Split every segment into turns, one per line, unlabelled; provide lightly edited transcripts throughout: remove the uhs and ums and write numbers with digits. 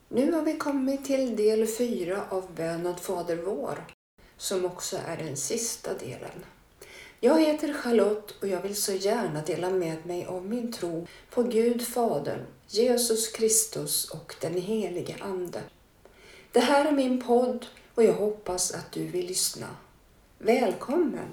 Nu har vi kommit till del 4 av bönen Fader vår, som också är den sista delen. Jag heter Charlotte och jag vill så gärna dela med mig av min tro på Gud Fadern, Jesus Kristus och den helige Ande. Det här är min podd och jag hoppas att du vill lyssna. Välkommen!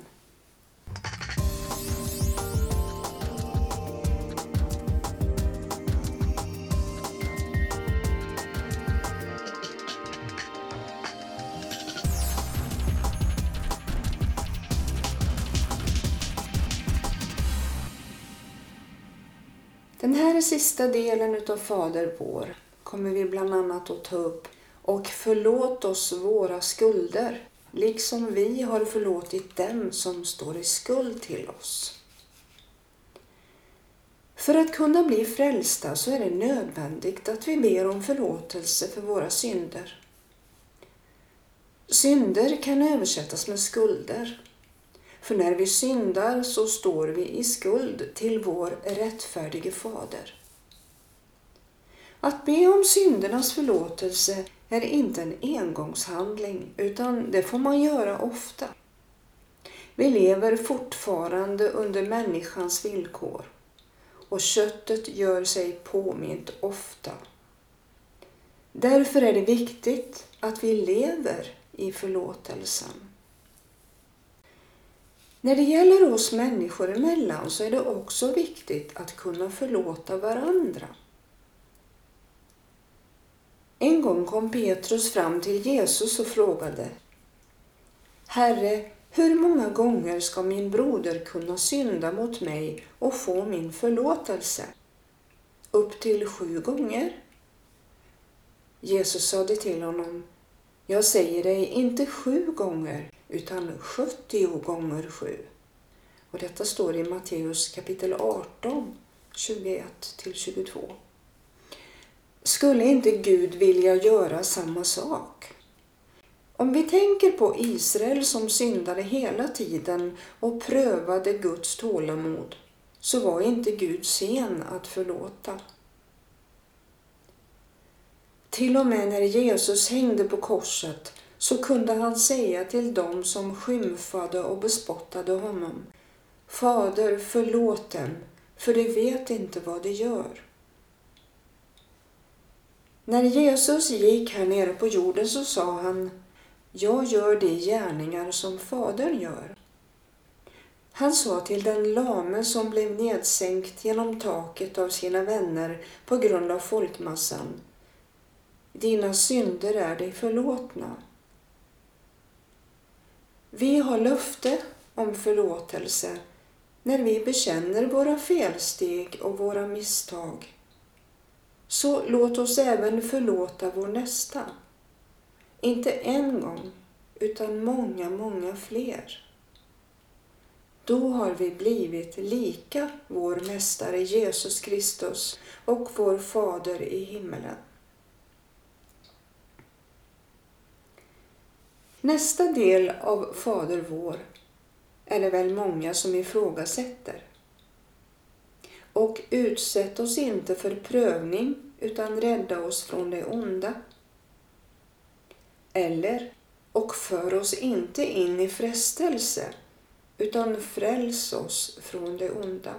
Den här sista delen utav Fader vår kommer vi bland annat att ta upp och förlåt oss våra skulder, liksom vi har förlåtit dem som står i skuld till oss. För att kunna bli frälsta så är det nödvändigt att vi ber om förlåtelse för våra synder. Synder kan översättas med skulder. För när vi syndar så står vi i skuld till vår rättfärdige fader. Att be om syndernas förlåtelse är inte en engångshandling, utan det får man göra ofta. Vi lever fortfarande under människans villkor och köttet gör sig påmint ofta. Därför är det viktigt att vi lever i förlåtelsen. När det gäller oss människor emellan så är det också viktigt att kunna förlåta varandra. En gång kom Petrus fram till Jesus och frågade: Herre, hur många gånger ska min broder kunna synda mot mig och få min förlåtelse? Upp till 7 gånger? Jesus sade till honom: Jag säger dig inte 7 gånger, utan 70 gånger 7. Och detta står i Matteus kapitel 18, 21-22. Skulle inte Gud vilja göra samma sak? Om vi tänker på Israel som syndade hela tiden och prövade Guds tålamod, så var inte Gud sen att förlåta. Till och med när Jesus hängde på korset så kunde han säga till dem som skymfade och bespottade honom: Fader, förlåt dem, för de vet inte vad de gör. När Jesus gick här nere på jorden så sa han: Jag gör de gärningar som Fadern gör. Han sa till den lame som blev nedsänkt genom taket av sina vänner på grund av folkmassan: Dina synder är dig förlåtna. Vi har löfte om förlåtelse när vi bekänner våra felsteg och våra misstag. Så låt oss även förlåta vår nästa. Inte en gång, utan många, många fler. Då har vi blivit lika vår mästare Jesus Kristus och vår Fader i himmelen. Nästa del av Fader vår är det väl många som ifrågasätter. Och utsätt oss inte för prövning, utan rädda oss från det onda. Eller, och för oss inte in i frestelse, utan fräls oss från det onda.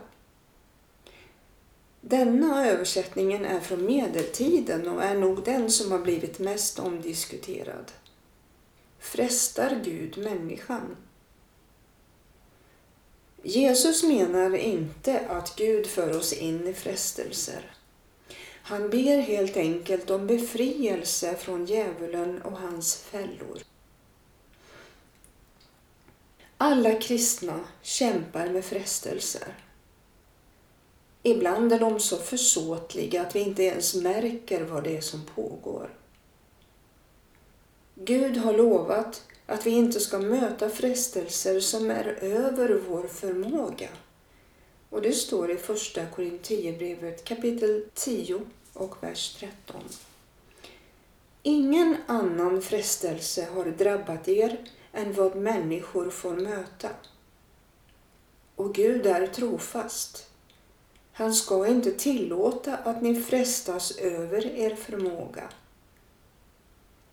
Denna översättningen är från medeltiden och är nog den som har blivit mest omdiskuterad. Frestar Gud människan? Jesus menar inte att Gud för oss in i frestelser. Han ber helt enkelt om befrielse från djävulen och hans fällor. Alla kristna kämpar med frestelser. Ibland är de så försåtliga att vi inte ens märker vad det är som pågår. Gud har lovat att vi inte ska möta frestelser som är över vår förmåga. Och det står i första Korinthierbrevet kapitel 10 och vers 13. Ingen annan frestelse har drabbat er än vad människor får möta. Och Gud är trofast. Han ska inte tillåta att ni frestas över er förmåga.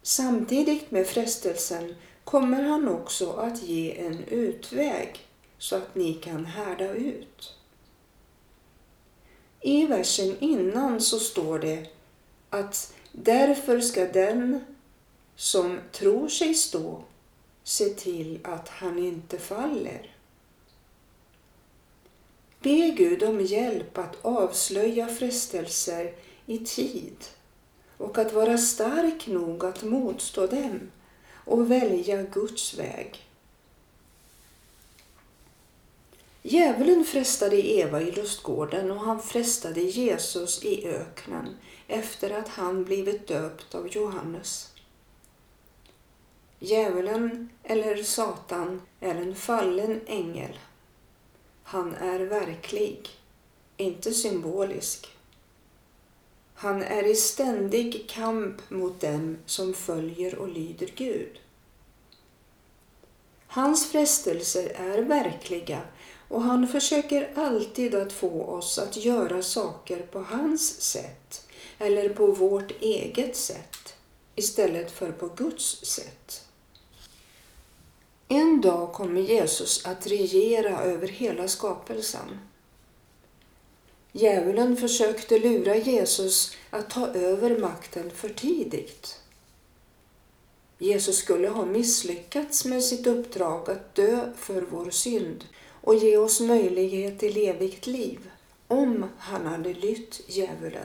Samtidigt med frestelsen kommer han också att ge en utväg så att ni kan härda ut. I versen innan så står det att därför ska den som tror sig stå se till att han inte faller. Be Gud om hjälp att avslöja frestelser i tid och att vara stark nog att motstå dem och välja Guds väg. Djävulen frestade Eva i lustgården och han frestade Jesus i öknen efter att han blivit döpt av Johannes. Djävulen eller Satan är en fallen ängel. Han är verklig, inte symbolisk. Han är i ständig kamp mot dem som följer och lyder Gud. Hans frestelser är verkliga och han försöker alltid att få oss att göra saker på hans sätt eller på vårt eget sätt istället för på Guds sätt. En dag kommer Jesus att regera över hela skapelsen. Djävulen försökte lura Jesus att ta över makten för tidigt. Jesus skulle ha misslyckats med sitt uppdrag att dö för vår synd och ge oss möjlighet till evigt liv om han hade lytt djävulen.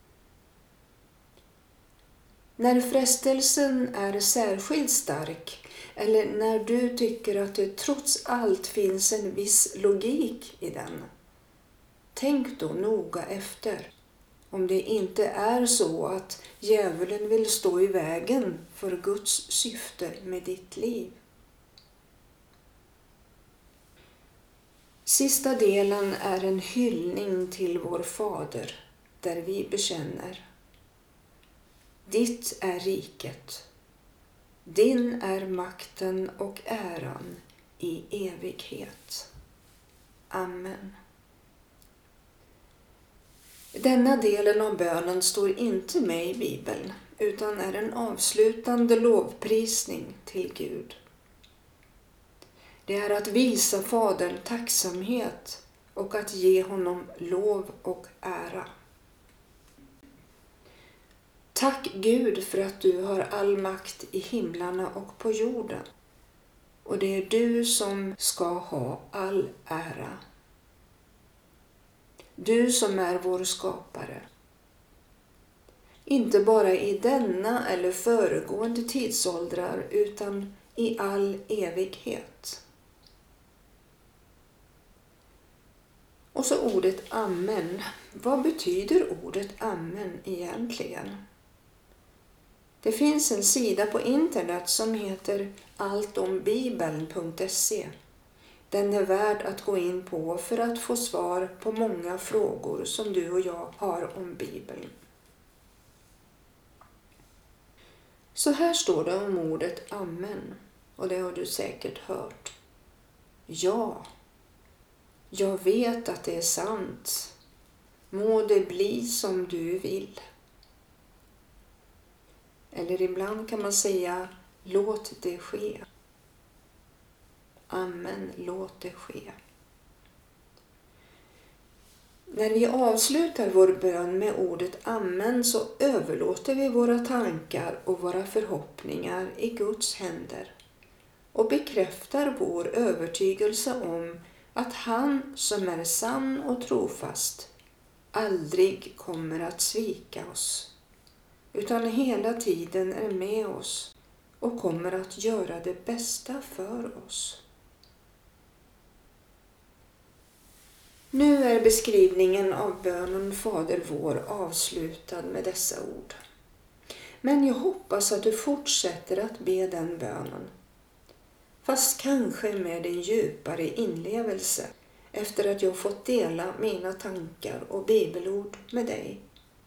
När frestelsen är särskilt stark eller när du tycker att det trots allt finns en viss logik i den, tänk då noga efter om det inte är så att djävulen vill stå i vägen för Guds syfte med ditt liv. Sista delen är en hyllning till vår Fader där vi bekänner: ditt är riket, din är makten och äran i evighet. Amen. Denna delen av bönen står inte med i Bibeln utan är en avslutande lovprisning till Gud. Det är att visa Fadern tacksamhet och att ge honom lov och ära. Tack Gud för att du har all makt i himlarna och på jorden. Och det är du som ska ha all ära. Du som är vår skapare. Inte bara i denna eller föregående tidsåldrar utan i all evighet. Och så ordet amen. Vad betyder ordet amen egentligen? Det finns en sida på internet som heter alltombibeln.se. Den är värd att gå in på för att få svar på många frågor som du och jag har om Bibeln. Så här står det om ordet amen, och det har du säkert hört. Ja, jag vet att det är sant. Må det bli som du vill. Eller ibland kan man säga, låt det ske. Amen, låt det ske. När vi avslutar vår bön med ordet amen så överlåter vi våra tankar och våra förhoppningar i Guds händer och bekräftar vår övertygelse om att han som är sann och trofast aldrig kommer att svika oss, utan hela tiden är med oss och kommer att göra det bästa för oss. Nu är beskrivningen av bönen Fader vår avslutad med dessa ord. Men jag hoppas att du fortsätter att be den bönen, fast kanske med en djupare inlevelse efter att jag fått dela mina tankar och bibelord med dig.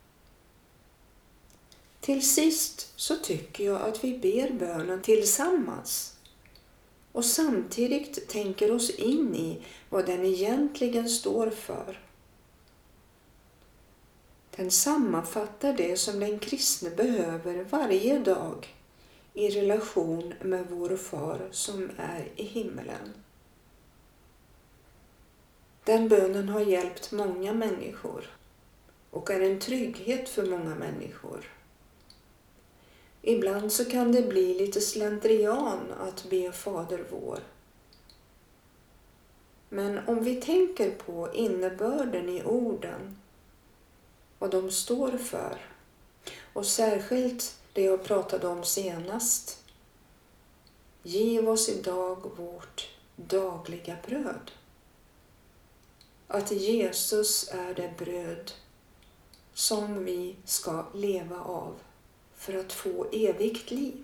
Till sist så tycker jag att vi ber bönen tillsammans och samtidigt tänker oss in i vad den egentligen står för. Den sammanfattar det som den kristne behöver varje dag i relation med vår far som är i himmelen. Den bönen har hjälpt många människor och är en trygghet för många människor. Ibland så kan det bli lite slentrian att be Fader vår. Men om vi tänker på innebörden i orden, vad de står för, och särskilt det jag pratade om senast. Giv oss idag vårt dagliga bröd. Att Jesus är det bröd som vi ska leva av för att få evigt liv.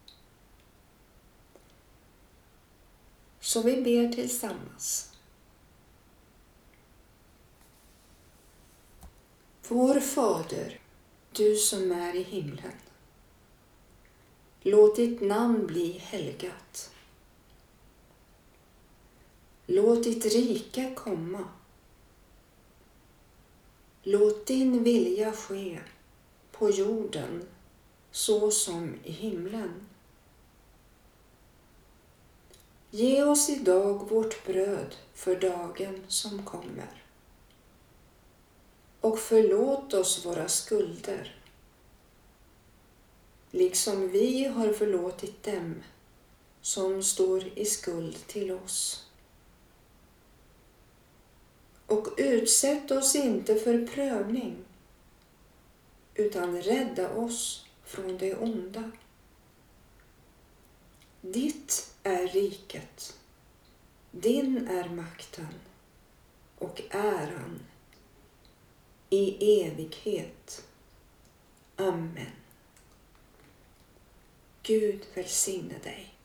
Så vi ber tillsammans. Vår Fader, du som är i himlen. Låt ditt namn bli helgat. Låt ditt rike komma. Låt din vilja ske på jorden så som i himlen. Ge oss idag vårt bröd för dagen som kommer. Och förlåt oss våra skulder, liksom vi har förlåtit dem som står i skuld till oss. Och utsätt oss inte för prövning, utan rädda oss från det onda. Ditt är riket, din är makten och äran i evighet. Amen. Gud välsigne dig.